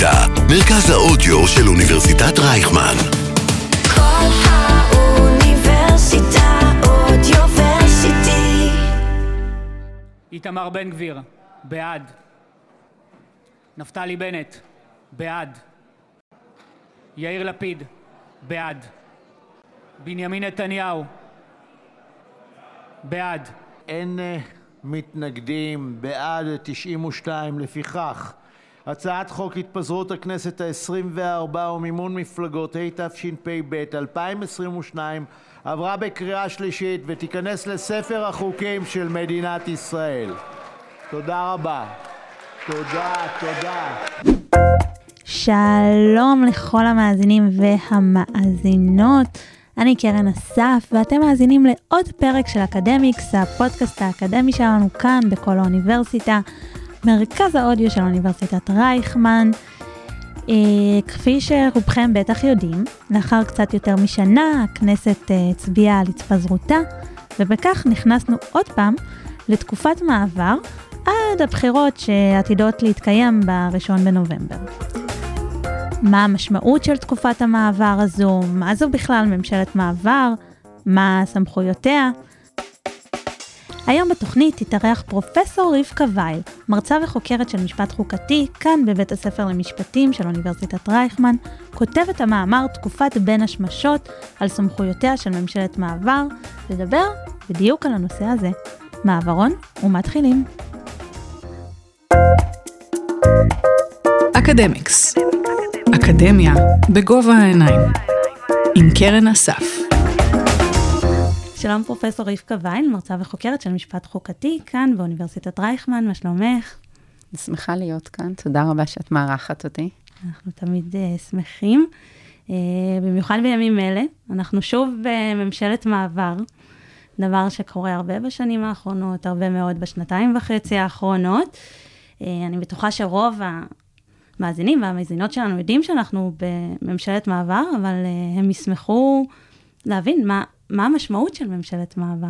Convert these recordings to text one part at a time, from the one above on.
האוניברסיטה, מרכז האודיו של אוניברסיטת רייכמן. כל האוניברסיטה אודיוורסיטי. איתמר בן גביר, בעד. נפתלי בנט, בעד. יאיר לפיד, בעד. בנימין נתניהו, בעד. אין מתנגדים, בעד 92. לפיכך, הצעת חוק התפזרות הכנסת ה-24 ומימון מפלגות, התשפ"ב 2022, עברה בקריאה שלישית ותיכנס לספר החוקים של מדינת ישראל. תודה רבה. תודה. שלום לכל המאזינים והמאזינות. אני קרן אסף, ואתם מאזינים לעוד פרק של אקדמיקס, הפודקאסט האקדמי שלנו כאן בכל האוניברסיטה, מרכז האודיו של אוניברסיטת רייכמן. כפי שרובכם בטח יודעים, לאחר קצת יותר משנה, הכנסת הצביעה על התפזרותה, ובכך נכנסנו עוד פעם לתקופת מעבר, עד הבחירות שעתידות להתקיים ב1 בנובמבר. מה המשמעות של תקופת המעבר הזו? מה זו בכלל ממשלת מעבר? מה סמכויותיה? היום בתוכנית תתארח פרופסור רבקה וייל, מרצה וחוקרת של משפט חוקתי, כאן בבית הספר למשפטים של אוניברסיטת רייכמן, כותבת המאמר תקופת בין השמשות על סמכויותיה של ממשלת מעבר, לדבר בדיוק על הנושא הזה. מעברון ומתחילים. אקדמיקס. אקדמיה בגובה העיניים. עם קרן אסף. שלום פרופסור רבקה וייל, מרצה וחוקרת של משפט חוקתי, כאן באוניברסיטת רייכמן, מה שלומך? אני שמחה להיות כאן, תודה רבה שאת מארחת אותי. אנחנו תמיד שמחים, במיוחד בימים אלה, אנחנו שוב בממשלת מעבר, דבר שקורה הרבה בשנים האחרונות, הרבה מאוד בשנתיים וחצי האחרונות. אני בטוחה שרוב המאזינים והמאזינות שלנו יודעים שאנחנו בממשלת מעבר, אבל הם ישמחו להבין מה המשמעות של ממשלת מעבר.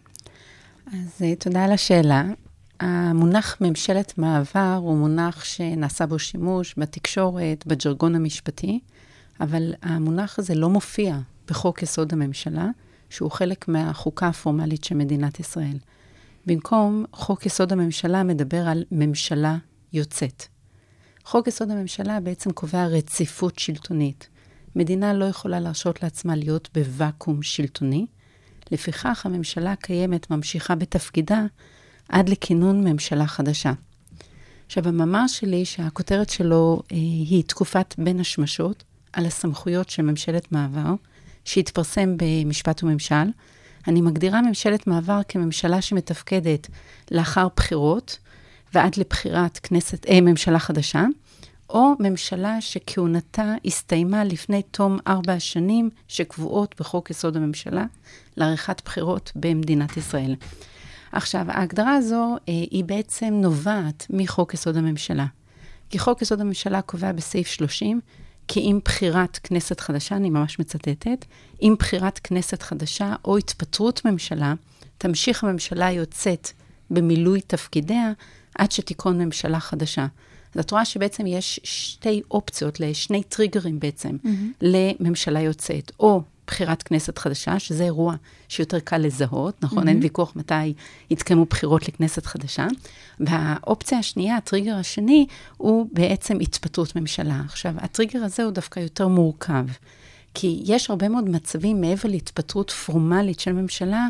אז תודה על השאלה. המונח ממשלת מעבר הוא מונח שנעשה בו שימוש בתקשורת, בג'רגון המשפטי, אבל המונח הזה לא מופיע בחוק יסוד הממשלה, שהוא חלק מהחוקה הפורמלית של מדינת ישראל. במקום, חוק יסוד הממשלה מדבר על ממשלה יוצאת. חוק יסוד הממשלה בעצם קובע רציפות שלטונית. מדינה לא יכולה להרשות לעצמה להיות בוואקום שלטוני, לפיכך הממשלה הקיימת ממשיכה בתפקידה עד לכינון ממשלה חדשה. עכשיו, המאמר שלי, שהכותרת שלו היא תקופת בין השמשות, על הסמכויות של ממשלת מעבר, שהתפרסם במשפט וממשל, אני מגדירה ממשלת מעבר כממשלה שמתפקדת לאחר בחירות, ועד לבחירת ממשלה חדשה, או ממשלה שכהונתה הסתיימה לפני תום 4 שנים שקבועות בחוק יסוד הממשלה, לעריכת בחירות במדינת ישראל. עכשיו, ההגדרה הזו היא בעצם נובעת מחוק יסוד הממשלה. כי חוק יסוד הממשלה קובע בסעיף 30, כי עם בחירת כנסת חדשה, אני ממש מצטטת, עם בחירת כנסת חדשה או התפטרות ממשלה, תמשיך הממשלה יוצאת במילוי תפקידיה, עד שתיקון ממשלה חדשה. אז את רואה שבעצם יש 2 אופציות, לשני טריגרים בעצם, לממשלה יוצאת, או בחירת כנסת חדשה, שזה אירוע שיותר קל לזהות, נכון? אין ויכוח מתי יתקיימו בחירות לכנסת חדשה. והאופציה השנייה, הטריגר השני, הוא בעצם התפטרות ממשלה. עכשיו, הטריגר הזה הוא דווקא יותר מורכב. כי יש הרבה מאוד מצבים מעבר להתפטרות פורמלית של ממשלה,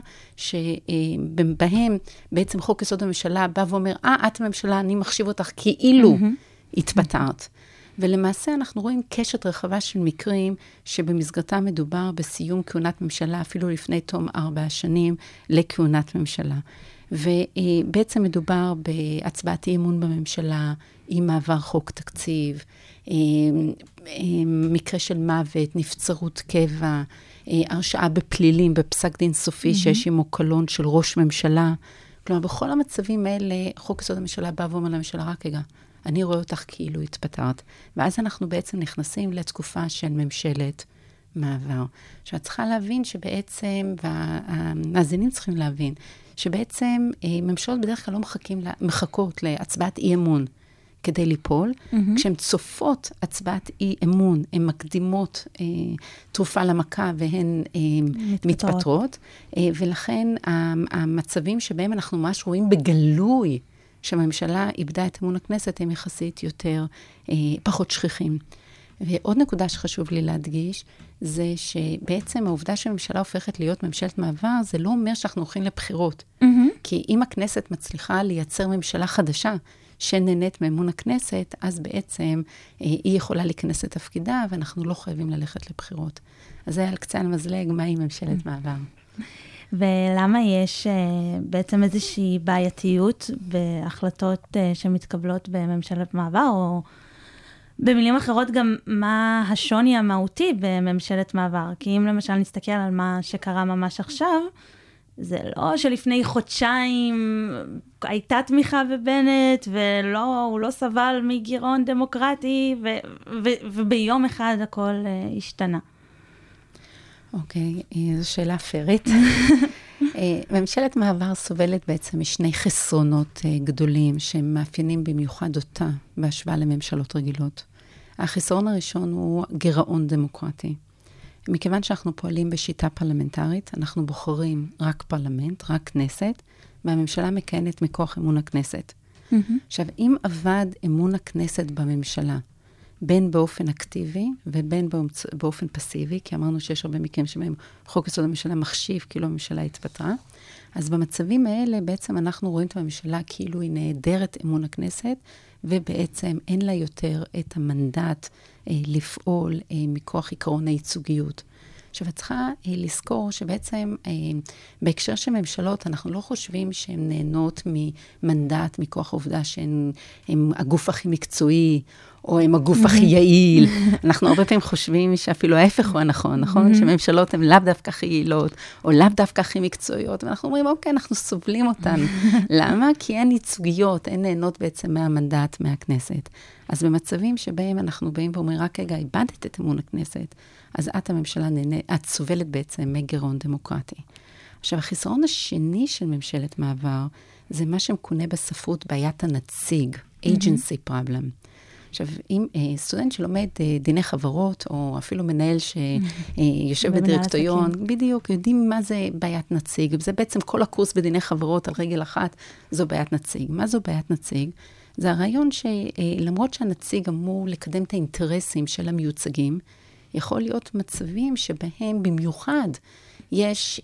שבהם בעצם חוק יסוד הממשלה בא ואומר, את הממשלה, אני מחשיב אותך כאילו התפטרת. ולמעשה אנחנו רואים קשת רחבה של מקרים, שבמסגרתה מדובר בסיום כהונת ממשלה, אפילו לפני תום 4 שנים לכהונת ממשלה. ובעצם מדובר בהצבעת אי אמון בממשלה, עם מעבר חוק תקציב, מקרה של מוות, נבצרות קבע, הרשעה בפלילים, בפסק דין סופי שיש עמו קלון של ראש ממשלה. כלומר, בכל המצבים האלה, חוק יסוד הממשלה בא ואומר לממשלה, רק רגע, אני רואה אותך כאילו התפטרת. ואז אנחנו בעצם נכנסים לתקופה של ממשלת מעבר. שאת צריכה להבין שבעצם, והמאזינים צריכים להבין, שבעצם ממשלות בדרך כלל לא מחכות להצבעת אי אמון. כדי ליפול. כשהן צופות הצבעת אי אמון, הן מקדימות תרופה למכה והן מתפטרות. ולכן המצבים שבהם אנחנו ממש רואים בגלוי שהממשלה איבדה את אמון הכנסת, הם יחסית יותר, פחות שכיחים. ועוד נקודה שחשוב לי להדגיש, זה שבעצם העובדה שהממשלה הופכת להיות ממשלת מעבר, זה לא אומר שאנחנו הולכים לבחירות. כי אם הכנסת מצליחה לייצר ממשלה חדשה, שנהנית מאמון הכנסת, אז בעצם היא יכולה להיכנס לתפקידה, ואנחנו לא חייבים ללכת לבחירות. אז זה על קצה המזלג, מהי ממשלת מעבר. ולמה יש בעצם איזושהי בעייתיות בהחלטות שמתקבלות בממשלת מעבר, או במילים אחרות גם מה השוני המהותי בממשלת מעבר? כי אם למשל נסתכל על מה שקרה ממש עכשיו, זה לא שלפני חודשיים הייתה תמיכה בבנט, והוא לא סבל מגירעון דמוקרטי, וביום אחד הכל השתנה. אוקיי, זו שאלה פרית. ממשלת מעבר סובלת בעצם משני חסרונות גדולים, שמאפיינים במיוחד אותה בהשוואה לממשלות רגילות. החסרון הראשון הוא גירעון דמוקרטי. מכיוון שאנחנו פועלים בשיטה פרלמנטרית, אנחנו בוחרים רק פרלמנט, רק כנסת, והממשלה מכהנת מכוח אמון הכנסת. עכשיו, אם עבד אמון הכנסת בממשלה, בין באופן אקטיבי ובין באופן פסיבי, כי אמרנו שיש הרבה מקרים שבהם חוק יסוד הממשלה מחשיב כאילו הממשלה התפטרה, אז במצבים האלה בעצם אנחנו רואים את הממשלה כאילו היא נעדרת אמון הכנסת, ובעצם אין לה יותר את המנדט לפעול מכוח עקרון הייצוגיות. עכשיו, את צריכה לזכור שבעצם בהקשר של ממשלות, אנחנו לא חושבים שהן נהנות ממנדט, מכוח העובדה שהן הגוף הכי מקצועי, או הם הגוף הכי יעיל. אנחנו הרבה פעמים חושבים שאפילו ההפך הוא הנכון, נכון? שממשלות הן לאו דווקא הכי יעילות, או לאו דווקא הכי מקצועיות, ואנחנו אומרים, אוקיי, אנחנו סובלים אותן. למה? כי אין ייצוגיות, אין נהנות בעצם מהמנדט, מהכנסת. אז במצבים שבהם אנחנו באים ואומרים, רק רגע, איבדת את אמון הכנסת, אז את הממשלה את סובלת בעצם מגירעון דמוקרטי. עכשיו, החיסרון השני של ממשלת מעבר, זה מה שמכונה בספרות בעיית הנציג, agency problem. עכשיו, אם סטודנט שלומד דיני חברות, או אפילו מנהל שיושב בדירקטוריון, בדיוק, יודעים מה זה בעיית נציג, וזה בעצם כל הקורס בדיני חברות על רגל אחת, זו בעיית נציג. מה זו בעיית נציג? זה הרעיון שלמרות שהנציג אמור לקדם את האינטרסים של המיוצגים, יכול להיות מצבים שבהם במיוחד יש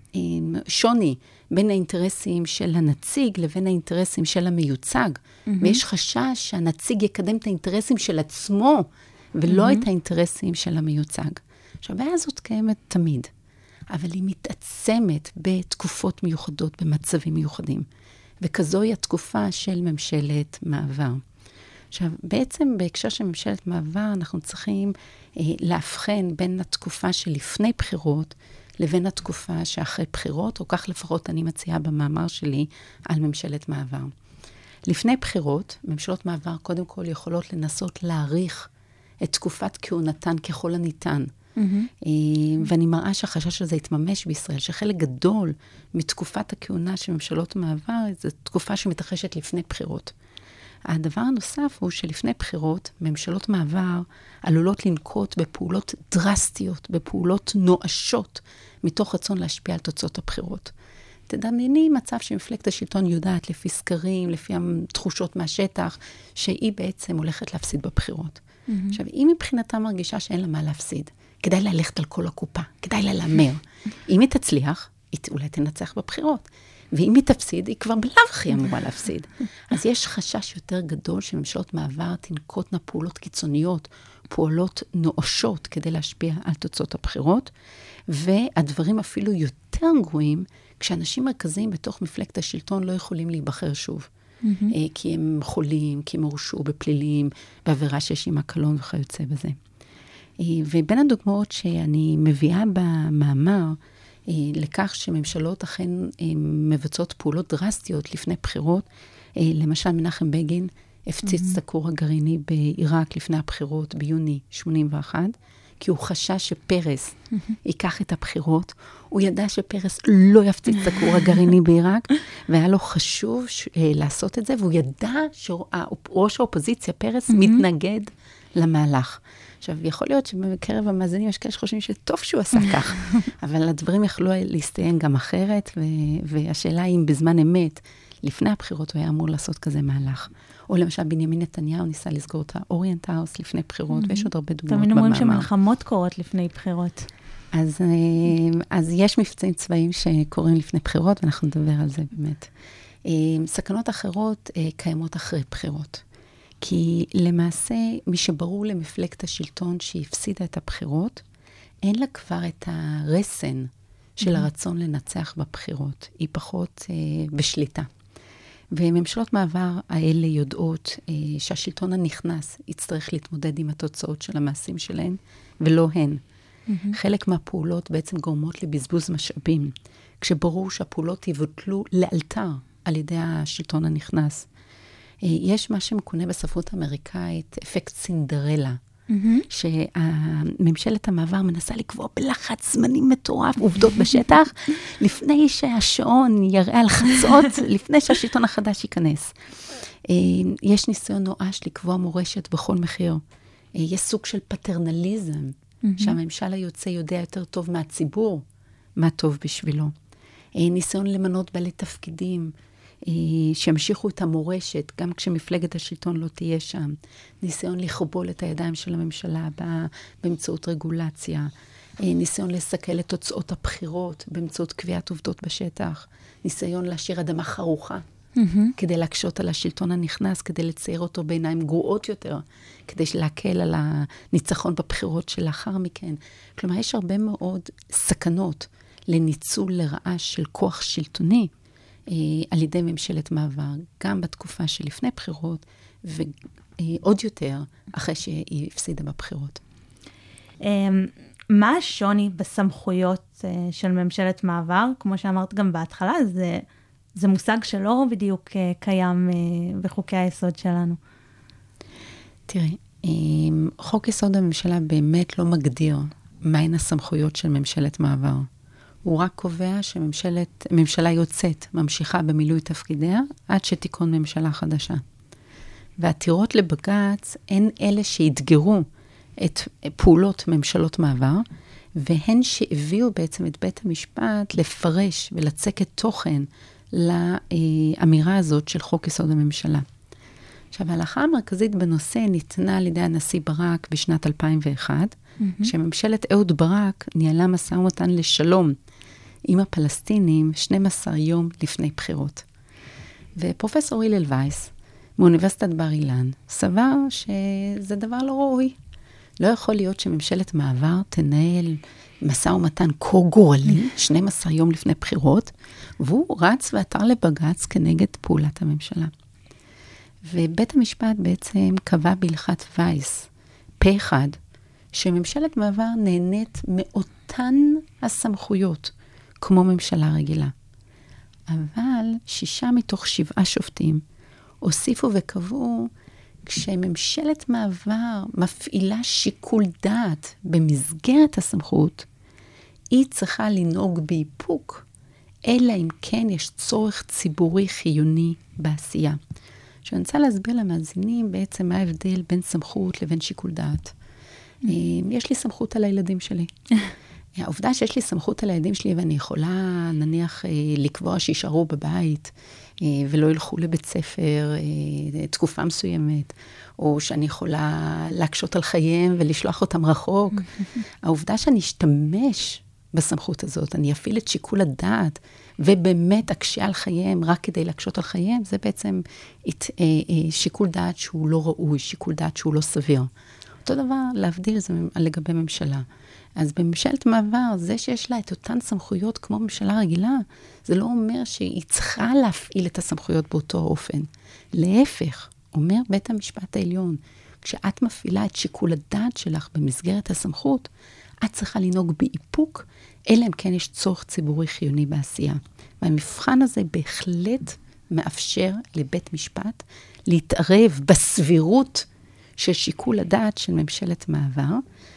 שוני בין האינטרסים של הנציג לבין האינטרסים של המיוצג, ויש חשש שהנציג יקדם את האינטרסים של עצמו, ולא את האינטרסים של המיוצג. עכשיו, הבעיה הזאת קיימת תמיד, אבל היא מתעצמת בתקופות מיוחדות, במצבים מיוחדים, וכזוהי התקופה של ממשלת מעבר. עכשיו, בעצם בהקשר של ממשלת מעבר, אנחנו צריכים להבחן בין התקופה שלפני בחירות, לבין התקופה שאחרי בחירות, או כך לפחות אני מציעה במאמר שלי על ממשלת מעבר. לפני בחירות, ממשלות מעבר קודם כל יכולות לנסות להאריך את תקופת כהונתן ככל הניתן. ואני מראה שהחשש הזה יתממש בישראל, שחלק גדול מתקופת הכהונה של ממשלות מעבר, זו תקופה שמתרחשת לפני בחירות. הדבר הנוסף הוא שלפני בחירות, ממשלות מעבר עלולות לנקוט בפעולות דרסטיות, בפעולות נואשות, מתוך רצון להשפיע על תוצאות הבחירות. תדמייני מצב שמפלגת השלטון יודעת לפי סקרים, לפי התחושות מהשטח, שהיא בעצם הולכת להפסיד בבחירות. עכשיו, היא מבחינתה מרגישה שאין לה מה להפסיד. כדאי לה ללכת על כל הקופה, כדאי לה להמר. אם היא תצליח, היא אולי תנצח בבחירות. ואם היא תפסיד, היא כבר בלאו הכי אמורה להפסיד. אז יש חשש יותר גדול שממשלות מעבר תנקוטנה פעולות קיצוניות, פעולות נואשות כדי להשפיע על תוצאות הבחירות, והדברים אפילו יותר גרועים, כשאנשים מרכזיים בתוך מפלגת השלטון לא יכולים להיבחר שוב. כי הם חולים, כי הם הורשעו בפלילים, בעבירה שיש עם הקלון וכיוצא בזה. ובין הדוגמאות שאני מביאה במאמר, לכך שממשלות אכן מבצעות פעולות דרסטיות לפני בחירות, למשל מנחם בגין הפציץ את הכור הגרעיני בעיראק לפני הבחירות ביוני 81, כי הוא חשש שפרס ייקח את הבחירות. הוא ידע שפרס לא יפציץ את הכור הגרעיני בעיראק, והיה לו חשוב לעשות את זה, והוא ידע שראש האופוזיציה, פרס, מתנגד למהלך. עכשיו, יכול להיות שבקרב המאזינים יש כאלה שחושבים שטוב שהוא עשה כך, אבל הדברים יכלו להסתיים גם אחרת, והשאלה היא אם בזמן אמת, לפני הבחירות הוא היה אמור לעשות כזה מהלך. או למשל, בנימין נתניהו ניסה לסגור את האוריינט האוס לפני בחירות, ויש עוד הרבה דוגמאות במאמר. תמיד אומרים שמלחמות קורות לפני בחירות. אז יש מבצעים צבאיים שקורים לפני בחירות, ואנחנו נדבר על זה באמת. סכנות אחרות קיימות אחרי בחירות. כי למעשה, מי שברור למפלגת השלטון שהיא הפסידה את הבחירות, אין לה כבר את הרסן של הרצון לנצח בבחירות. היא פחות בשליטה. וממשלות מעבר האלה יודעות שהשלטון הנכנס יצטרך להתמודד עם התוצאות של המעשים שלהן, ולא הן. חלק מהפעולות בעצם גורמות לבזבוז משאבים, כשברור שהפעולות יבוטלו לאלתר על ידי השלטון הנכנס. יש מה שמכונה בספרות האמריקאית אפקט סינדרלה, שממשלת המעבר מנסה לקבוע בלחץ זמנים מטורף, עובדות בשטח, לפני שהשעון יראה על חצות, לפני שהשלטון החדש ייכנס. יש ניסיון נואש לקבוע מורשת בכל מחיר. יש סוג של פטרנליזם, שהממשל היוצא יודע יותר טוב מהציבור, מה טוב בשבילו. ניסיון למנות בעלי תפקידים, שימשיכו את המורשת, גם כשמפלגת השלטון לא תהיה שם. ניסיון לכבול את הידיים של הממשלה הבאה באמצעות רגולציה. ניסיון לסכל את תוצאות הבחירות באמצעות קביעת עובדות בשטח. ניסיון להשאיר אדמה חרוכה, כדי להקשות על השלטון הנכנס, כדי לצייר אותו בעיניים גרועות יותר, כדי להקל על הניצחון בבחירות שלאחר מכן. כלומר, יש הרבה מאוד סכנות לניצול לרעה של כוח שלטוני, על ידי ממשלת מעבר, גם בתקופה שלפני בחירות, ועוד יותר אחרי שהיא הפסידה בבחירות. מה השוני בסמכויות של ממשלת מעבר? כמו שאמרת גם בהתחלה, זה מושג שלא בדיוק קיים בחוקי היסוד שלנו. תראי, חוק יסוד הממשלה באמת לא מגדיר מהן הסמכויות של ממשלת מעבר. הוא רק קובע שממשלה יוצאת ממשיכה במילוי תפקידיה, עד שתיקון ממשלה חדשה. והעתירות לבג"ץ הן אלה שהתגרו את פעולות ממשלות מעבר, והן שהביאו בעצם את בית המשפט לפרש ולצקת תוכן לאמירה הזאת של חוק יסוד הממשלה. עכשיו, ההלכה המרכזית בנושא ניתנה על ידי הנשיא ברק בשנת 2001, כשממשלת אהוד ברק ניהלה משא ומתן לשלום עם הפלסטינים 12 יום לפני בחירות. ופרופסור הלל וייס, מאוניברסיטת בר אילן, סבר שזה דבר לא ראוי. לא יכול להיות שממשלת מעבר תנהל משא ומתן כה גורלי, 12 יום לפני בחירות, והוא רץ ועתר לבג"ץ כנגד פעולת הממשלה. ובית המשפט בעצם קבע בהלכת וייס, פה אחד, שממשלת מעבר נהנית מאותן הסמכויות, כמו ממשלה רגילה. אבל 6 מתוך 7 שופטים הוסיפו וקבעו, כשממשלת מעבר מפעילה שיקול דעת במסגרת הסמכות, היא צריכה לנהוג באיפוק, אלא אם כן יש צורך ציבורי חיוני בעשייה. שאני רוצה להסביר למאזינים בעצם מה ההבדל בין סמכות לבין שיקול דעת. יש לי סמכות על הילדים שלי. העובדה שיש לי סמכות על הילדים שלי, ואני יכולה, נניח, לקבוע שישארו בבית, ולא ילכו לבית ספר תקופה מסוימת, או שאני יכולה להקשות על חייהם ולשלוח אותם רחוק. העובדה שאני אשתמש בסמכות הזאת, אני אפעיל את שיקול הדעת, ובאמת אקשה על חייהם רק כדי להקשות על חייהם, זה בעצם שיקול דעת שהוא לא ראוי, שיקול דעת שהוא לא סביר. אותו דבר להבדיל זה לגבי ממשלה. אז בממשלת מעבר, זה שיש לה את אותן סמכויות כמו ממשלה רגילה, זה לא אומר שהיא צריכה להפעיל את הסמכויות באותו אופן. להפך, אומר בית המשפט העליון, כשאת מפעילה את שיקול הדעת שלך במסגרת הסמכות, את צריכה לנהוג באיפוק, אלא אם כן יש צורך ציבורי חיוני בעשייה. והמבחן הזה בהחלט מאפשר לבית משפט להתערב בסבירות של שיקול הדעת של ממשלת מעבר,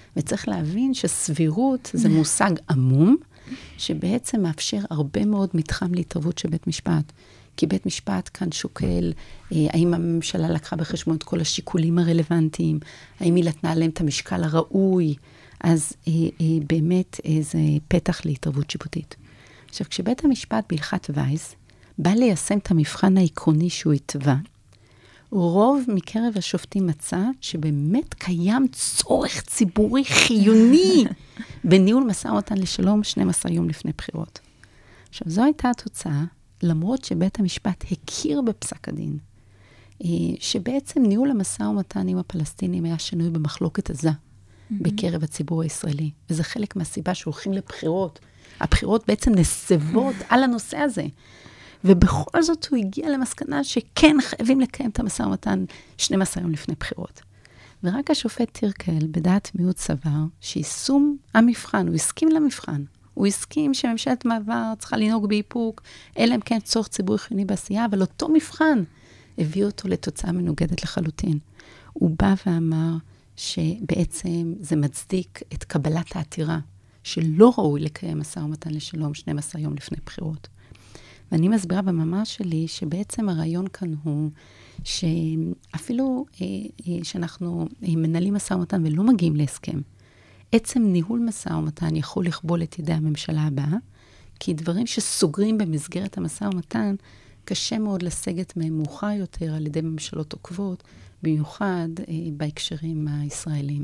וצריך להבין שסבירות זה מושג עמום, שבעצם מאפשר הרבה מאוד מתחם להתערבות של בית משפט. כי בית משפט כאן שוקל, האם הממשלה לקחה בחשבון את כל השיקולים הרלוונטיים, האם היא נתנה להם את המשקל הראוי, אז באמת זה פתח להתערבות שיפוטית. עכשיו, כשבית המשפט בהלכת וייס, בא ליישם את המבחן העקרוני שהוא התווה, רוב מקרב השופטים מצא שבאמת קיים צורך ציבורי חיוני בניהול משא ומתן לשלום 12 יום לפני בחירות. עכשיו, זו הייתה התוצאה, למרות שבית המשפט הכיר בפסק הדין, שבעצם ניהול המשא ומתן עם הפלסטינים היה שנוי במחלוקת עזה בקרב הציבור הישראלי. וזה חלק מהסיבה שהולכים לבחירות. הבחירות בעצם נסבות על הנושא הזה. ובכל זאת הוא הגיע למסקנה שכן חייבים לקיים את המשא ומתן 12 יום לפני בחירות. ורק השופט טירקל בדעת מיעוט סבר שיישום המבחן, הוא הסכים למבחן. הוא הסכים שממשלת מעבר צריכה לנהוג באיפוק, אלא אם כן צורך ציבורי חיוני בעשייה, אבל אותו מבחן הביא אותו לתוצאה מנוגדת לחלוטין. הוא בא ואמר שבעצם זה מצדיק את קבלת העתירה, שלא ראוי לקיים משא ומתן לשלום 12 יום לפני בחירות. ואני מסבירה במאמר שלי שבעצם הרעיון כאן הוא שאפילו שאנחנו מנהלים משא ומתן ולא מגיעים להסכם, עצם ניהול משא ומתן יכול לכבול את ידי הממשלה הבאה, כי דברים שסוגרים במסגרת המשא ומתן, קשה מאוד לסגת מהם מאוחר יותר על ידי ממשלות עוקבות, במיוחד בהקשרים הישראלים.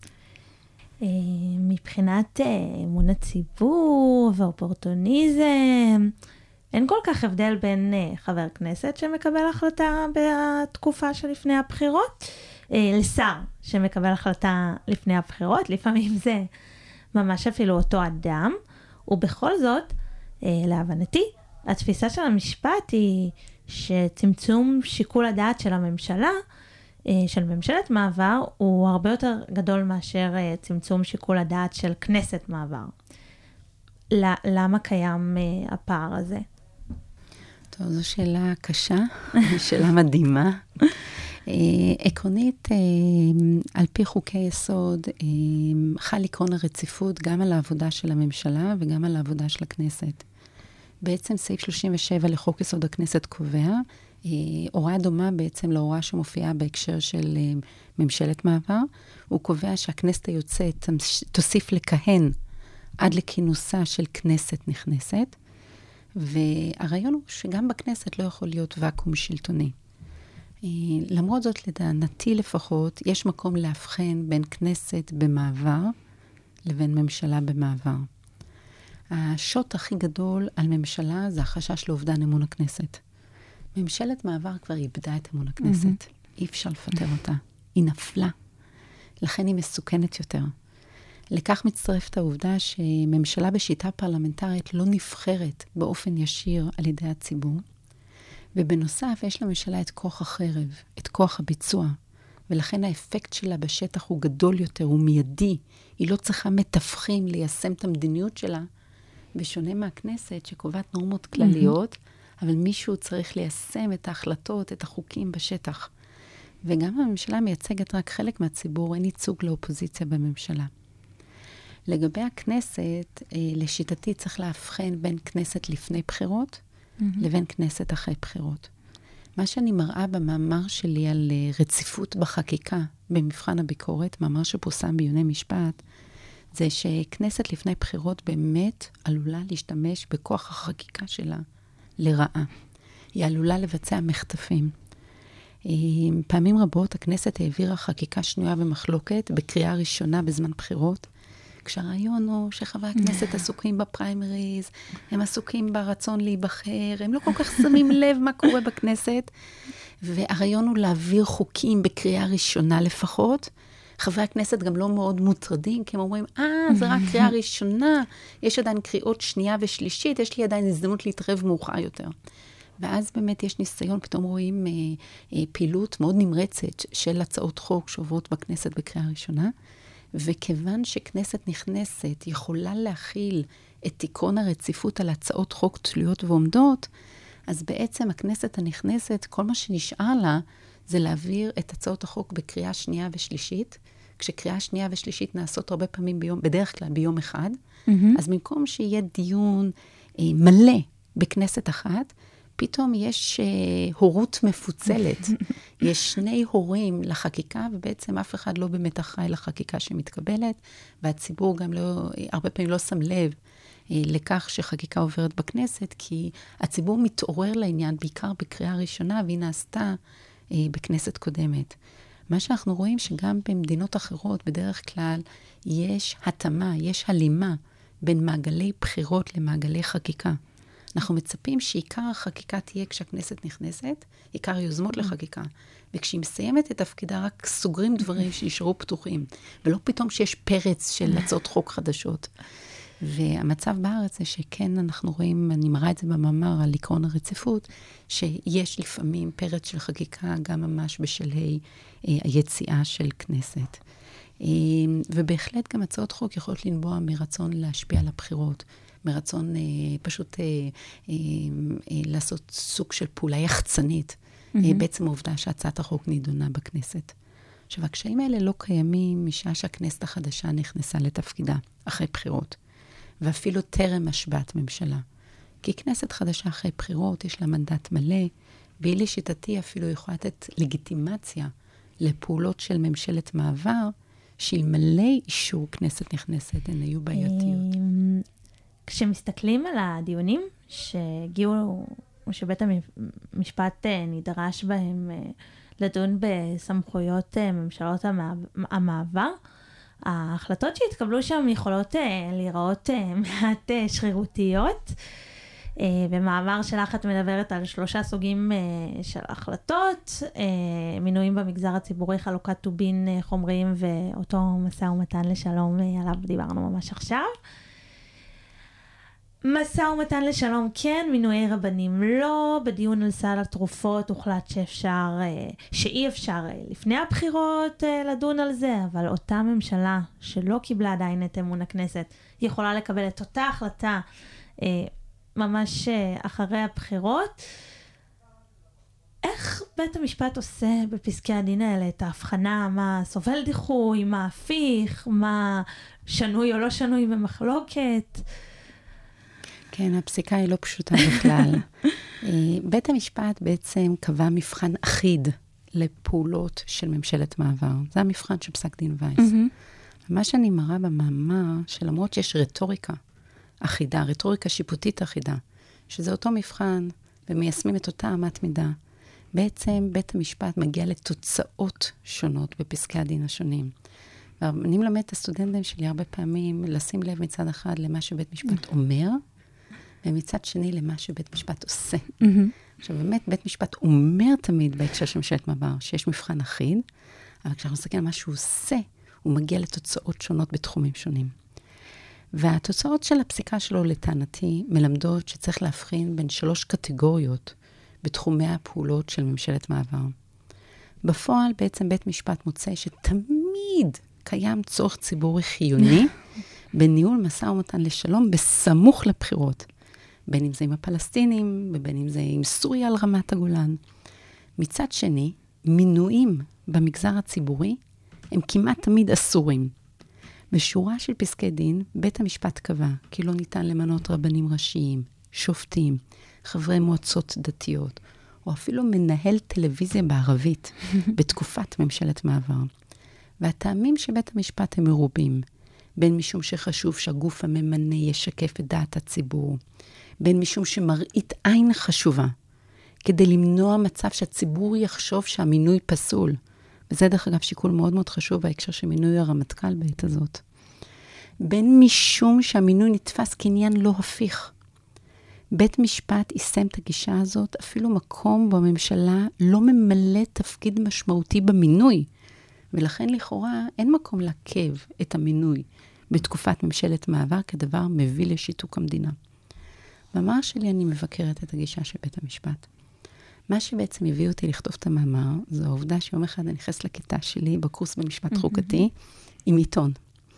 מבחינת אמון הציבור ואופורטוניזם, אין כל כך הבדל בין חבר כנסת שמקבל החלטה בתקופה שלפני הבחירות, לשר שמקבל החלטה לפני הבחירות. לפעמים זה ממש אפילו אותו אדם, ובכל זאת, להבנתי, התפיסה של המשפט היא שצמצום שיקול הדעת של הממשלה, של ממשלת מעבר, הוא הרבה יותר גדול מאשר צמצום שיקול הדעת של כנסת מעבר. למה קיים הפער הזה? טוב, זו שאלה קשה, שאלה מדהימה. עקרונית, על פי חוקי יסוד, חל עקרון הרציפות גם על העבודה של הממשלה וגם על העבודה של הכנסת. בעצם סעיף 37 לחוק יסוד הכנסת קובע, הוראה דומה בעצם להוראה שמופיעה בהקשר של ממשלת מעבר. הוא קובע שהכנסת היוצאת תוסיף לכהן עד לכינוסה של כנסת נכנסת, והרעיון הוא שגם בכנסת לא יכול להיות ואקום שלטוני. למרות זאת, לדעתי לפחות, יש מקום להבחן בין כנסת במעבר לבין ממשלה במעבר. השוט הכי גדול על ממשלה זה החשש לאובדן אמון הכנסת. ממשלת מעבר כבר איבדה את אמון הכנסת. אי אפשר לפטר אותה. היא נפלה. לכן היא מסוכנת יותר. לכך מצטרפת העובדה שממשלה בשיטה פרלמנטרית לא נבחרת באופן ישיר על ידי הציבור, ובנוסף יש לממשלה את כוח החרב, את כוח הביצוע, ולכן האפקט שלה בשטח הוא גדול יותר, הוא מיידי. היא לא צריכה מתווכים ליישם את המדיניות שלה, בשונה מהכנסת שקובעת נורמות כלליות, אבל מישהו צריך ליישם את ההחלטות, את החוקים בשטח. וגם הממשלה מייצגת רק חלק מהציבור, אין ייצוג לאופוזיציה בממשלה. לגבי הכנסת, לשיטתי צריך להבחן בין כנסת לפני בחירות, לבין כנסת אחרי בחירות. מה שאני מראה במאמר שלי על רציפות בחקיקה, במבחן הביקורת, מאמר שפורסם בעיוני משפט, זה שכנסת לפני בחירות באמת עלולה להשתמש בכוח החקיקה שלה לרעה. היא עלולה לבצע מחטפים. פעמים רבות הכנסת העבירה חקיקה שנויה במחלוקת בקריאה ראשונה בזמן בחירות, כשהרעיון הוא שחברי הכנסת עסוקים בפריימריז, הם עסוקים ברצון להיבחר, הם לא כל כך שמים לב מה קורה בכנסת, והרעיון הוא להעביר חוקים בקריאה ראשונה לפחות. חברי הכנסת גם לא מאוד מוטרדים, כי הם אומרים, זה רק קריאה ראשונה, יש עדיין קריאות שנייה ושלישית, יש לי עדיין הזדמנות להתערב מאוחר יותר. ואז באמת יש ניסיון, פתאום רואים פעילות מאוד נמרצת של הצעות חוק שעוברות בכנסת בקריאה ראשונה, וכיוון שכנסת נכנסת יכולה להכיל את עקרון הרציפות על הצעות חוק תלויות ועומדות, אז בעצם הכנסת הנכנסת, כל מה שנשאר לה, זה להעביר את הצעות החוק בקריאה שנייה ושלישית, כשקריאה שנייה ושלישית נעשות הרבה פעמים בדרך כלל ביום אחד, אז במקום שיהיה דיון מלא בכנסת אחת, פתאום יש הורות מפוצלת. יש 2 הורים לחקיקה, ובעצם אף אחד לא באמת אחראי לחקיקה שמתקבלת, והציבור גם לא, הרבה פעמים לא שם לב לכך שחקיקה עוברת בכנסת, כי הציבור מתעורר לעניין בעיקר בקריאה ראשונה, והיא נעשתה בכנסת קודמת. מה שאנחנו רואים שגם במדינות אחרות, בדרך כלל, יש התאמה, יש הלימה בין מעגלי בחירות למעגלי חקיקה. אנחנו מצפים שעיקר החקיקה תהיה כשהכנסת נכנסת, עיקר יוזמות לחקיקה. וכשהיא מסיימת את תפקידה, רק סוגרים דברים שנשארו פתוחים, ולא פתאום שיש פרץ של הצעות חוק חדשות. והמצב בארץ זה שכן אנחנו רואים, אני מראה את זה במאמר על עקרון הרציפות, שיש לפעמים פרץ של חקיקה גם ממש בשלהי היציאה של כנסת. ובהחלט גם הצעות חוק יכולות לנבוע מרצון להשפיע על הבחירות, מרצון פשוט לעשות סוג של פעולה יחצנית, בעצם העובדה שהצעת החוק נידונה בכנסת. עכשיו, הקשיים האלה לא קיימים משעה שהכנסת החדשה נכנסה לתפקידה אחרי בחירות, ואפילו טרם השבעת ממשלה. כי כנסת חדשה אחרי בחירות יש לה מנדט מלא, והיא לשיטתי אפילו יכולה לתת לגיטימציה לפעולות של ממשלת מעבר, שאלמלא אישור כנסת נכנסת, הן היו בעייתיות. כשמסתכלים על הדיונים שהגיעו, שבית המשפט נדרש בהם לדון בסמכויות ממשלות המעבר, ההחלטות שהתקבלו שם יכולות להיראות מעט שרירותיות. במעבר שלך את מדברת על 3 סוגים של החלטות, מינויים במגזר הציבורי, חלוקת טובין חומריים ואותו משא ומתן לשלום עליו דיברנו ממש עכשיו. משא ומתן לשלום כן, מינויי רבנים לא, בדיון על סל התרופות הוחלט שאי אפשר לפני הבחירות לדון על זה, אבל אותה ממשלה שלא קיבלה עדיין את אמון הכנסת, יכולה לקבל את אותה החלטה ממש אחרי הבחירות. איך בית המשפט עושה בפסקי הדין האלה את ההבחנה, מה סובל דיחוי, מה הפיך, מה שנוי או לא שנוי במחלוקת? כן, הפסיקה היא לא פשוטה בכלל. בית המשפט בעצם קבע מבחן אחיד לפעולות של ממשלת מעבר. זה המבחן של פסק דין וייס. מה שאני מראה במאמר, שלמרות שיש רטוריקה אחידה, רטוריקה שיפוטית אחידה, שזה אותו מבחן ומיישמים את אותה אמת מידה, בעצם בית המשפט מגיע לתוצאות שונות בפסקי הדין השונים. ואני מלמד את הסטודנטים שלי הרבה פעמים לשים לב מצד אחד למה שבית משפט אומר, ומצד שני למה שבית משפט עושה. עכשיו, באמת, בית משפט אומר תמיד בהקשר של ממשלת מעבר, שיש מבחן אחיד, אבל כשאנחנו נסתכל על מה שהוא עושה, הוא מגיע לתוצאות שונות בתחומים שונים. והתוצאות של הפסיקה שלו, לטענתי, מלמדות שצריך להבחין בין 3 קטגוריות בתחומי הפעולות של ממשלת מעבר. בפועל, בעצם בית משפט מוצא שתמיד קיים צורך ציבורי חיוני בניהול משא ומתן לשלום בסמוך לבחירות. בין אם זה עם הפלסטינים, ובין אם זה עם סוריה על רמת הגולן. מצד שני, מינויים במגזר הציבורי הם כמעט תמיד אסורים. בשורה של פסקי דין, בית המשפט קבע כי לא ניתן למנות רבנים ראשיים, שופטים, חברי מועצות דתיות, או אפילו מנהל טלוויזיה בערבית בתקופת ממשלת מעבר. והטעמים שבית המשפט הם מרובים, בין משום שחשוב שהגוף הממנה ישקף את דעת הציבור, בין משום שמראית עין חשובה, כדי למנוע מצב שהציבור יחשוב שהמינוי פסול. וזה דרך אגב שיקול מאוד מאוד חשוב בהקשר של מינוי הרמטכ"ל בעת הזאת. בין משום שהמינוי נתפס כעניין לא הפיך. בית משפט יישם את הגישה הזאת, אפילו מקום בממשלה לא ממלא תפקיד משמעותי במינוי, ולכן לכאורה אין מקום לעכב את המינוי בתקופת ממשלת מעבר כדבר מביא לשיתוק המדינה. במאמר שלי אני מבקרת את הגישה של בית המשפט. מה שבעצם הביא אותי לכתוב את המאמר, זו העובדה שיום אחד אני נכנס לכיתה שלי בקורס במשפט חוקתי עם עיתון.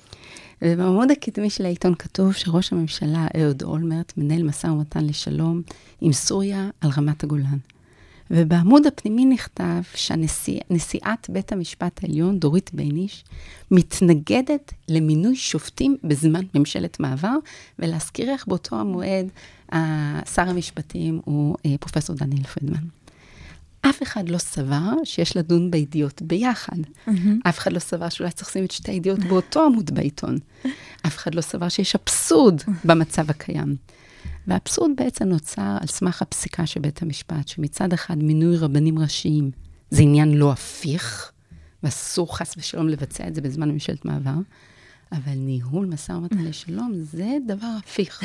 ובעמוד הקדמי של העיתון כתוב שראש הממשלה אהוד אולמרט מנהל משא ומתן לשלום עם סוריה על רמת הגולן. ובעמוד הפנימי נכתב שנשיאת בית המשפט העליון, דורית בייניש, מתנגדת למינוי שופטים בזמן ממשלת מעבר, ולהזכיר איך באותו המועד, שר המשפטים הוא פרופסור דניאל פרידמן. אף אחד לא סבר שיש לדון בידיעות ביחד. אף אחד לא סבר שאולי צריך לשים את שתי הידיעות באותו עמוד בעיתון. אף אחד לא סבר שיש אבסורד במצב הקיים. והאבסורד בעצם נוצר על סמך הפסיקה של בית המשפט, שמצד אחד מינוי רבנים ראשיים זה עניין לא הפיך, ואסור חס ושלום לבצע את זה בזמן ממשלת מעבר, אבל ניהול משא ומתן לשלום זה דבר הפיך.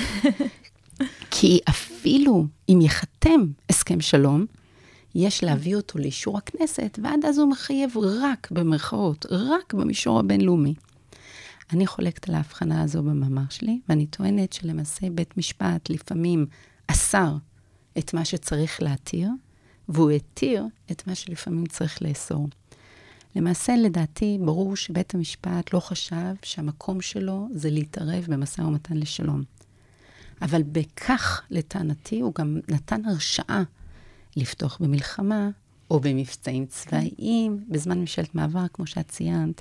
כי אפילו אם יחתם הסכם שלום, יש להביא אותו לאישור הכנסת, ועד אז הוא מחייב רק במרכאות, רק במישור הבינלאומי. אני חולקת על ההבחנה הזו במאמר שלי, ואני טוענת שלמעשה בית משפט לפעמים אסר את מה שצריך להתיר, והוא התיר את מה שלפעמים צריך לאסור. למעשה, לדעתי, ברור שבית המשפט לא חשב שהמקום שלו זה להתערב במשא ומתן לשלום. אבל בכך, לטענתי, הוא גם נתן הרשאה לפתוח במלחמה, או במבצעים צבאיים, בזמן ממשלת מעבר, כמו שאת ציינת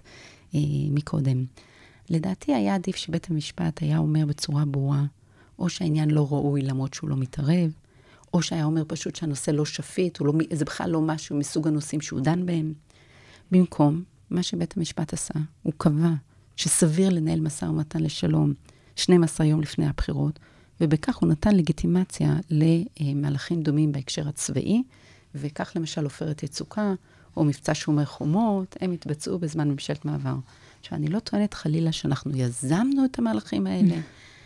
מקודם. לדעתי היה עדיף שבית המשפט היה אומר בצורה ברורה, או שהעניין לא ראוי למרות שהוא לא מתערב, או שהיה אומר פשוט שהנושא לא שפיט, זה בכלל לא משהו מסוג הנושאים שהוא דן בהם. במקום, מה שבית המשפט עשה, הוא קבע שסביר לנהל משא ומתן לשלום 12 יום לפני הבחירות, ובכך הוא נתן לגיטימציה למהלכים דומים בהקשר הצבאי, וכך למשל עופרת יצוקה, או מבצע שומר חומות, הם התבצעו בזמן ממשלת מעבר. עכשיו, אני לא טוענת חלילה שאנחנו יזמנו את המהלכים האלה,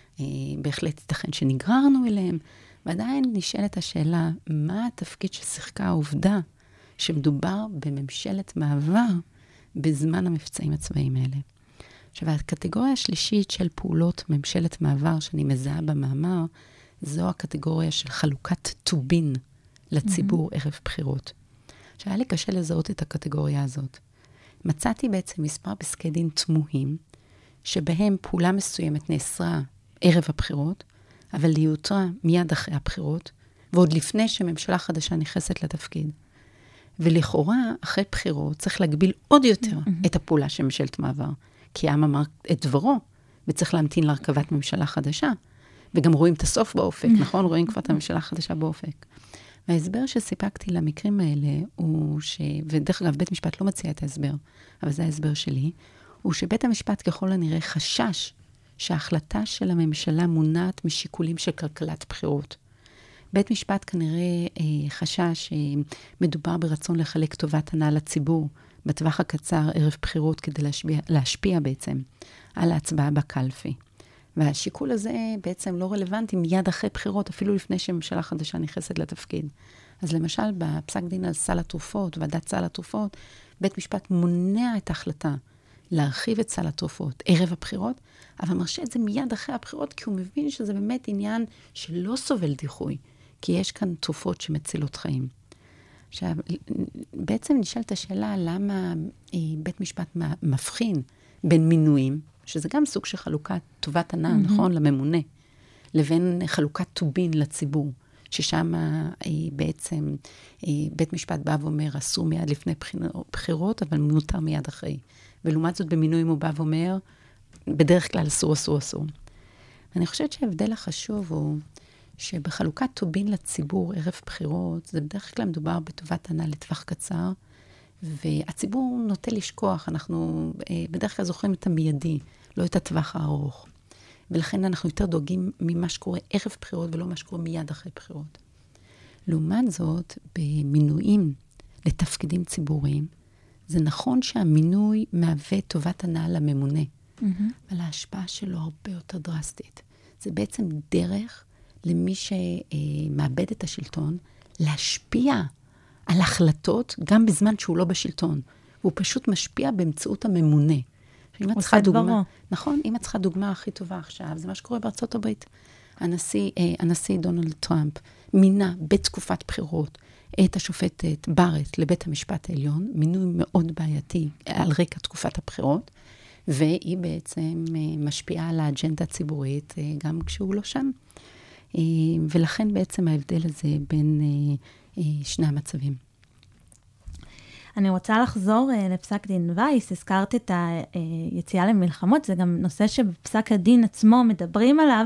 בהחלט ייתכן שנגררנו אליהם, ועדיין נשאלת השאלה, מה התפקיד ששיחקה העובדה שמדובר בממשלת מעבר בזמן המבצעים הצבאיים האלה? עכשיו, הקטגוריה השלישית של פעולות ממשלת מעבר שאני מזהה במאמר, זו הקטגוריה של חלוקת טובין לציבור ערב בחירות. עכשיו, היה לי קשה לזהות את הקטגוריה הזאת. מצאתי בעצם מספר פסקי דין תמוהים, שבהם פעולה מסוימת נאסרה ערב הבחירות, אבל ליותר מיד אחרי הבחירות, ועוד לפני שממשלה חדשה נכנסת לתפקיד. ולכאורה, אחרי בחירות, צריך להגביל עוד יותר את הפעולה של ממשלת מעבר. כי העם אמר את דברו, וצריך להמתין להרכבת ממשלה חדשה. וגם רואים את הסוף באופק, נכון? רואים כבר את הממשלה החדשה באופק. וההסבר שסיפקתי למקרים האלה, ודרך אגב, בית משפט לא מציע את ההסבר, אבל זה ההסבר שלי, הוא שבית המשפט ככל הנראה חשש שההחלטה של הממשלה מונעת משיקולים של כלכלת בחירות. בית משפט כנראה חשש שמדובר ברצון לחלק טובת הנאה לציבור, בטווח הקצר ערב בחירות כדי להשפיע בעצם על ההצבעה בקלפי. והשיקול הזה בעצם לא רלוונטי מיד אחרי בחירות, אפילו לפני שממשלה חדשה נכנסת לתפקיד. אז למשל, בפסק דין על סל התרופות, ועדת סל התרופות, בית משפט מונע את ההחלטה להרחיב את סל התרופות ערב הבחירות, אבל מרשה את זה מיד אחרי הבחירות, כי הוא מבין שזה באמת עניין שלא סובל דיחוי, כי יש כאן תרופות שמצילות חיים. עכשיו, בעצם נשאלת השאלה למה בית משפט מבחין בין מינויים, שזה גם סוג של חלוקת טובת הנאה, נכון, לממונה, לבין חלוקת טובין לציבור, ששם בעצם בית משפט בא ואומר, אסור מיד לפני בחירות, אבל מותר מיד אחרי. ולעומת זאת במינויים הוא בא ואומר, בדרך כלל אסור, אסור, אסור. אני חושבת שההבדל החשוב הוא, שבחלוקת טובין לציבור ערב בחירות, זה בדרך כלל מדובר בטובת הנאה לטווח קצר, והציבור נוטה לשכוח, אנחנו בדרך כלל זוכרים את המיידי, לא את הטווח הארוך. ולכן אנחנו יותר דואגים ממה שקורה ערב בחירות, ולא מה שקורה מיד אחרי בחירות. לעומת זאת, במינויים לתפקידים ציבוריים, זה נכון שהמינוי מהווה טובת הנאה לממונה, אבל ההשפעה שלו הרבה יותר דרסטית. זה בעצם דרך למי שמאבד את השלטון, להשפיע על החלטות גם בזמן שהוא לא בשלטון. והוא פשוט משפיע באמצעות הממונה. עושה דברו. נכון, אם את צריכה דוגמה הכי טובה עכשיו, זה מה שקורה בארצות הברית. הנשיא דונלד טראמפ מינה בתקופת בחירות את השופטת בארט לבית המשפט העליון, מינוי מאוד בעייתי על רקע תקופת הבחירות, והיא בעצם משפיעה על האג'נדה הציבורית גם כשהוא לא שם. ולכן בעצם ההבדל הזה בין שני המצבים. אני רוצה לחזור לפסק דין וייס, הזכרת את היציאה למלחמות, זה גם נושא שבפסק הדין עצמו מדברים עליו,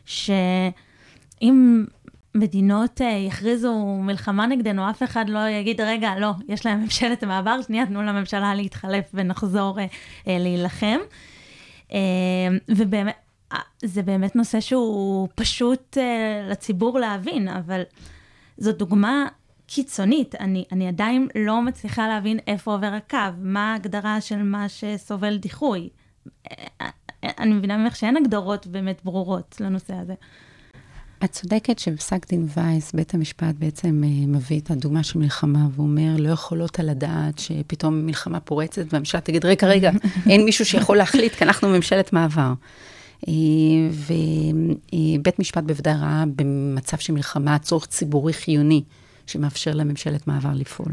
שאם מדינות יכריזו מלחמה נגדנו, אף אחד לא יגיד, רגע, לא, יש להם ממשלת המעבר, שנייה, תנו לממשלה להתחלף ונחזור להילחם. ובאמת, זה באמת נושא שהוא פשוט לציבור להבין, אבל זו דוגמה קיצונית. אני עדיין לא מצליחה להבין איפה עובר הקו, מה ההגדרה של מה שסובל דיחוי. אני מבינה ממך שאין הגדרות באמת ברורות לנושא הזה. את צודקת שבפסק דין וייס, בית המשפט בעצם מביא את הדוגמה של מלחמה, והוא אומר, לא יכולות על הדעת שפתאום מלחמה פורצת, והממשלה תגיד, רגע, אין מישהו שיכול להחליט, כי אנחנו ממשלת מעבר. ובית משפט בוודאי ראה במצב של מלחמה, צורך ציבורי חיוני, שמאפשר לממשלת מעבר לפעול.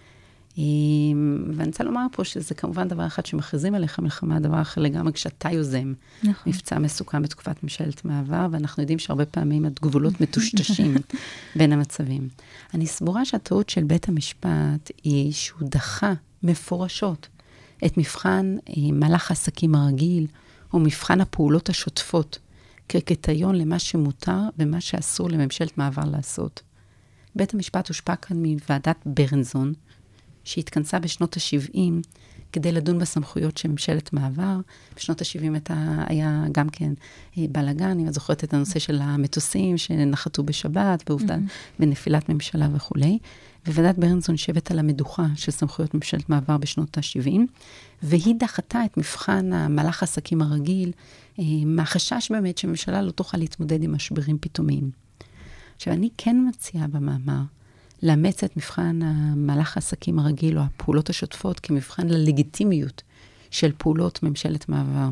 ואני רוצה לומר פה שזה כמובן דבר אחד שמכריזים עליך מלחמה, דבר אחר לגמרי כשאתה יוזם מבצע מסוכן בתקופת ממשלת מעבר, ואנחנו יודעים שהרבה פעמים הגבולות מטושטשים בין המצבים. אני סבורה שהטעות של בית המשפט היא שהוא דחה מפורשות את מבחן מהלך העסקים הרגיל, או מבחן הפעולות השוטפות, כקריטריון למה שמותר ומה שאסור לממשלת מעבר לעשות. בית המשפט הושפע כאן מוועדת ברנזון, שהתכנסה בשנות ה-70 כדי לדון בסמכויות של ממשלת מעבר. בשנות ה-70 היה גם כן בלגן, אם את זוכרת את הנושא של המטוסים שנחתו בשבת, ועובדה בנפילת ממשלה וכו'. וועדת ברנזון שבת על המדוכה של סמכויות ממשלת מעבר בשנות ה-70, והיא דחתה את מבחן המהלך העסקים הרגיל, מהחשש באמת שממשלה לא תוכל להתמודד עם משברים פתאומיים. עכשיו, אני כן מציעה במאמר, לאמץ את מבחן המהלך העסקים הרגיל, או הפעולות השוטפות, כמבחן ללגיטימיות של פעולות ממשלת מעבר.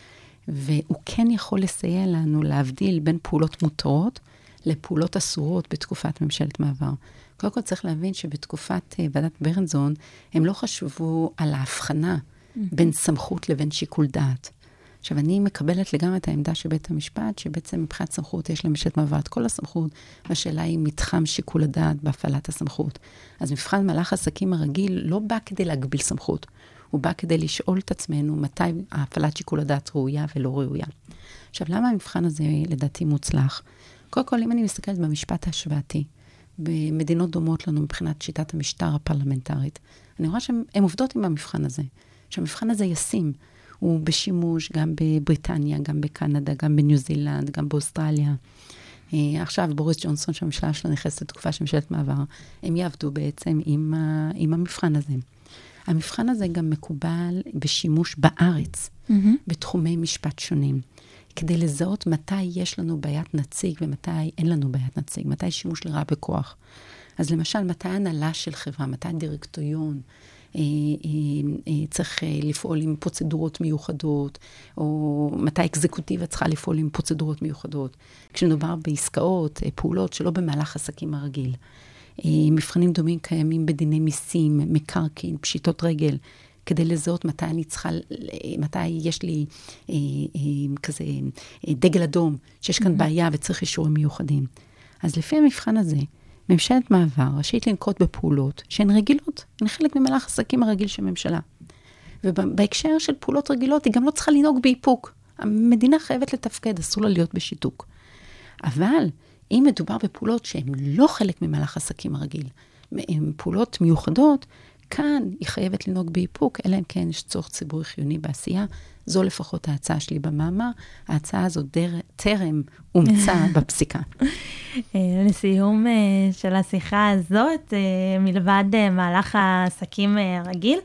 והוא כן יכול לסייע לנו להבדיל בין פעולות מותרות, לפעולות אסורות בתקופת ממשלת מעבר. קודם כל צריך להבין שבתקופת ועדת ברנזון, הם לא חשבו על ההבחנה בין סמכות לבין שיקול דעת. עכשיו, אני מקבלת לגמרי את העמדה של בית המשפט, שבעצם מבחינת סמכות יש לממשלת מעבר את כל הסמכות, והשאלה היא מתחם שיקול הדעת בהפעלת הסמכות. אז מבחן מהלך העסקים הרגיל לא בא כדי להגביל סמכות, הוא בא כדי לשאול את עצמנו מתי הפעלת שיקול הדעת ראויה ולא ראויה. עכשיו, למה המבחן הזה לדעתי מוצלח? קודם כל, אם אני מסתכלת במשפט ההשוואתי, במדינות דומות לנו מבחינת שיטת המשטר הפרלמנטרית, אני רואה שהן עובדות עם המבחן הזה, שהמבחן הזה ישים, הוא בשימוש גם בבריטניה, גם בקנדה, גם בניו זילנד, גם באוסטרליה. עכשיו בוריס ג'ונסון, שהממשלה שלו נכנסת לתקופה של ממשלת מעבר, הם יעבדו בעצם עם המבחן הזה. המבחן הזה גם מקובל בשימוש בארץ, בתחומי משפט שונים, כדי לזהות מתי יש לנו בעיית נציג ומתי אין לנו בעיית נציג, מתי שימוש לרעה בכוח. אז למשל, מתי הנהלה של חברה, מתי דירקטוריון, צריך לפעול עם פרוצדורות מיוחדות, או מתי אקזקוטיבה צריכה לפעול עם פרוצדורות מיוחדות. כשנדובר בעסקאות, פעולות שלא במהלך עסקים הרגיל. מבחנים דומים קיימים בדיני מיסים, מקרקעין, פשיטות רגל, כדי לזהות מתי יש לי כזה דגל אדום, שיש כאן בעיה וצריך אישורים מיוחדים. אז לפי המבחן הזה, ממשלת מעבר רשאית לנקוט בפעולות שהן רגילות, הן חלק ממהלך עסקים הרגיל של ממשלה. ובהקשר של פעולות רגילות, היא גם לא צריכה לנהוג באיפוק. המדינה חייבת לתפקד, אסור לה להיות בשיתוק. אבל אם מדובר בפעולות שהן לא חלק ממהלך עסקים הרגיל, הן פעולות מיוחדות, כאן היא חייבת לנהוג באיפוק, אלא אם כן יש צורך ציבורי חיוני בעשייה. זו לפחות ההצעה שלי במאמר. ההצעה הזו טרם אומצה בפסיקה. לסיום של השיחה הזאת, מלבד מהלך העסקים הרגיל,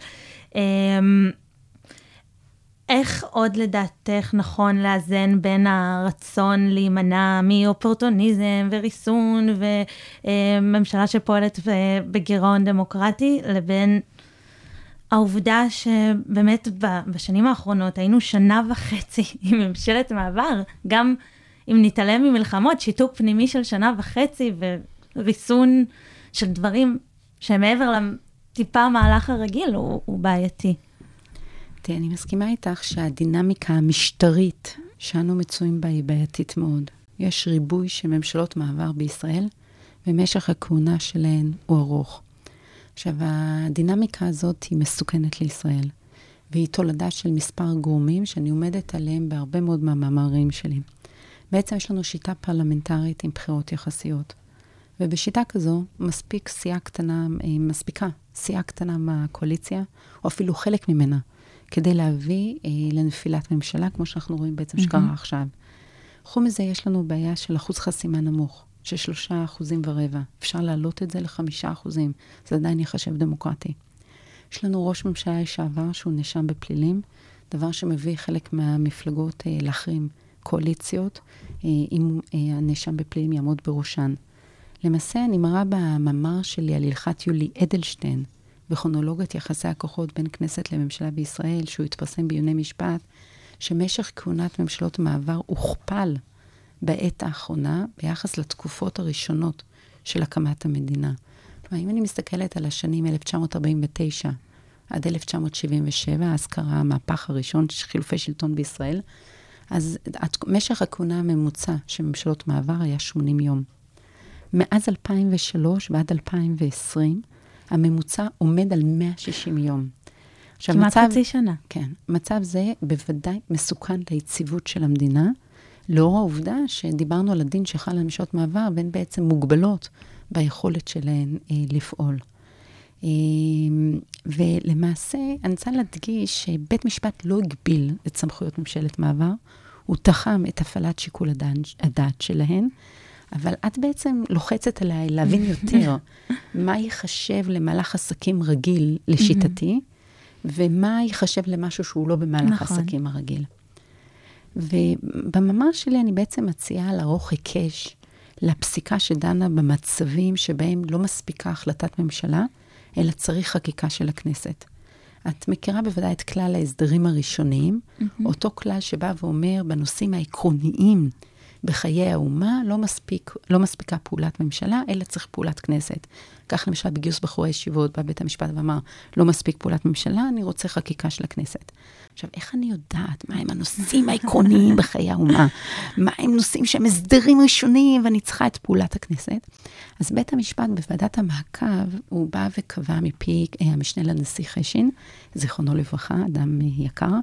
איך עוד לדעתך נכון לאזן בין הרצון להימנע מאופורטוניזם וריסון וממשלה שפועלת בגירעון דמוקרטי, לבין העובדה שבאמת בשנים האחרונות היינו 1.5 שנה עם ממשלת מעבר, גם אם נתעלם ממלחמות, שיתוק פנימי של 1.5 שנה וריסון של דברים שמעבר לטיפה המהלך הרגיל הוא בעייתי. תראה, אני מסכימה איתך שהדינמיקה המשטרית שאנו מצויים בה היא בעייתית מאוד. יש ריבוי של ממשלות מעבר בישראל, ומשך הכהונה שלהן הוא ארוך. עכשיו, הדינמיקה הזאת היא מסוכנת לישראל, והיא תולדה של מספר גורמים שאני עומדת עליהם בהרבה מאוד מהמאמרים שלי. בעצם יש לנו שיטה פרלמנטרית עם בחירות יחסיות. ובשיטה כזו מספיקה סיעה קטנה מהקואליציה, או אפילו חלק ממנה, כדי להביא לנפילת ממשלה, כמו שאנחנו רואים בעצם שקרה עכשיו. חוץ מזה יש לנו בעיה של אחוז חסימה נמוך, של 3.25%. אפשר להעלות את זה ל5%. זה עדיין יחשב דמוקרטי. יש לנו ראש ממשלה לשעבר שהוא נאשם בפלילים, דבר שמביא חלק מהמפלגות להחרים קואליציות, אם הנאשם בפלילים יעמוד בראשן. למעשה, אני מראה במאמר שלי על הלכת יולי אדלשטיין, וכרונולוגיית יחסי הכוחות בין כנסת לממשלה בישראל, שהוא התפרסם בעיוני משפט, שמשך כהונת ממשלות מעבר הוכפל בעת האחרונה, ביחס לתקופות הראשונות של הקמת המדינה. אם אני מסתכלת על השנים 1949 עד 1977, אז קרה המהפך הראשון של חילופי שלטון בישראל, אז משך הכהונה הממוצע של ממשלות מעבר היה 80 יום. מאז 2003 ועד 2020, הממוצע עומד על 160 יום. כמעט חצי שנה. כן. מצב זה בוודאי מסוכן ליציבות של המדינה, לאור העובדה שדיברנו על הדין שחל על ממשלות מעבר, והן בעצם מוגבלות ביכולת שלהן לפעול. ולמעשה, אני רוצה להדגיש שבית משפט לא הגביל את סמכויות ממשלת מעבר, הוא תחם את הפעלת שיקול הדעת שלהן, אבל את בעצם לוחצת עליי להבין יותר מה ייחשב למהלך עסקים רגיל לשיטתי, ומה ייחשב למשהו שהוא לא במהלך עסקים הרגיל. ובמאמר שלי אני בעצם מציעה לערוך היקש לפסיקה שדנה במצבים שבהם לא מספיקה החלטת ממשלה, אלא צריך חקיקה של הכנסת. את מכירה בוודאי את כלל ההסדרים הראשוניים, אותו כלל שבא ואומר בנושאים העקרוניים בחיי האומה, לא מספיקה פעולת ממשלה, אלא צריך פעולת כנסת. כך למשל בגיוס בחורי ישיבות, בא בית המשפט ואמר, לא מספיק פעולת ממשלה, אני רוצה חקיקה של הכנסת. עכשיו, איך אני יודעת מה הם הנושאים העקרוניים בחיי האומה? מה הם נושאים שהם הסדרים ראשוניים, ואני צריכה את פעולת הכנסת? אז בית המשפט בוועדת המעקב, הוא בא וקבע מפי המשנה לנשיא חשין, זיכרונו לברכה, אדם יקר,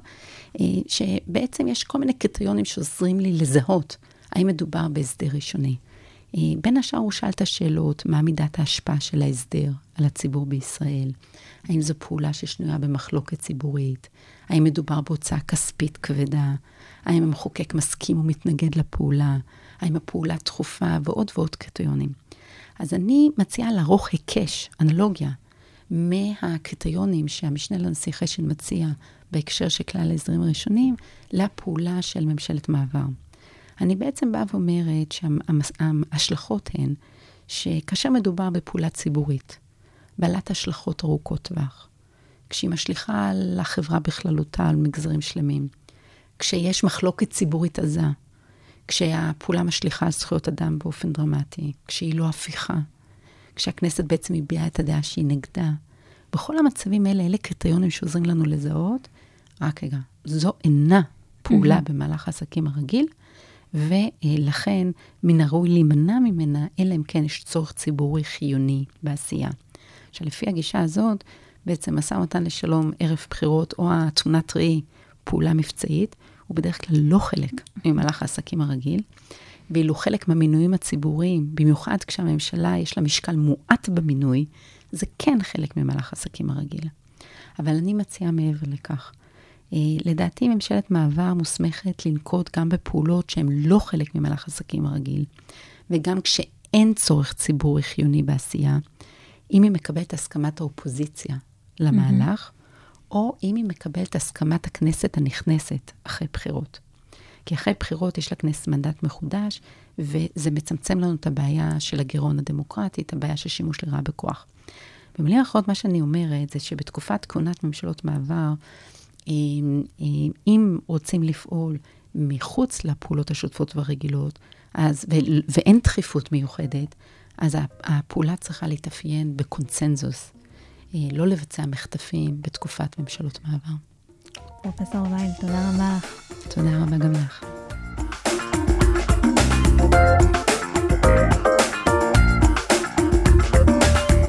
שבעצם יש כל מיני קריטריונים שעוזרים לי לזהות, האם מדובר בהסדר ראשוני. בין השאר הוא שאל את השאלות, מה מידת ההשפעה של ההסדר על הציבור בישראל? האם זו פעולה ששנויה במחלוקת ציבורית? האם מדובר בהוצאה כספית כבדה? האם המחוקק מסכים ומתנגד לפעולה? האם הפעולה דחופה? ועוד ועוד קריטריונים. אז אני מציעה לערוך היקש, אנלוגיה, מהקריטריונים שהמשנה לנשיא חשין מציע בהקשר של כלל ההסדרים הראשונים, לפעולה של ממשלת מעבר. אני בעצם באה ואומרת שההשלכות הן שכאשר מדובר בפעולה ציבורית, בעלת השלכות ארוכות טווח, כשהיא משליכה על החברה בכללותה, על מגזרים שלמים, כשיש מחלוקת ציבורית עזה, כשהפעולה משליכה על זכויות אדם באופן דרמטי, כשהיא לא הפיכה, כשהכנסת בעצם הביעה את הדעה שהיא נגדה, בכל המצבים האלה, אלה קריטריונים שעוזרים לנו לזהות, רק רגע, זו אינה פעולה במהלך העסקים הרגיל, ולכן מן הראוי להימנע ממנה, אלא אם כן יש צורך ציבורי חיוני בעשייה. עכשיו, לפי הגישה הזאת, בעצם משא ומתן לשלום ערב בחירות, או התמונת ראי, פעולה מבצעית, הוא בדרך כלל לא חלק ממהלך העסקים הרגיל, ואילו חלק מהמינויים הציבוריים, במיוחד כשהממשלה יש לה משקל מועט במינוי, זה כן חלק ממהלך העסקים הרגיל. אבל אני מציעה מעבר לכך. לדעתי ממשלת מעבר מוסמכת לנקוט גם בפעולות שהן לא חלק ממהלך העסקים הרגיל, וגם כשאין צורך ציבורי חיוני בעשייה, אם היא מקבלת הסכמת האופוזיציה למהלך, או אם היא מקבלת הסכמת הכנסת הנכנסת אחרי בחירות. כי אחרי בחירות יש לכנסת מנדט מחודש, וזה מצמצם לנו את הבעיה של הגירעון הדמוקרטי, את הבעיה של שימוש לרעה בכוח. במילים אחרות, מה שאני אומרת, זה שבתקופת כהונת ממשלות מעבר, אם רוצים לפעול מחוץ לפעולות השוטפות והרגילות, ואין דחיפות מיוחדת, אז הפעולה צריכה להתאפיין בקונצנזוס, לא לבצע מחטפים בתקופת ממשלות מעבר. פרופסור וייל, תודה רבה לך. תודה רבה גם לך.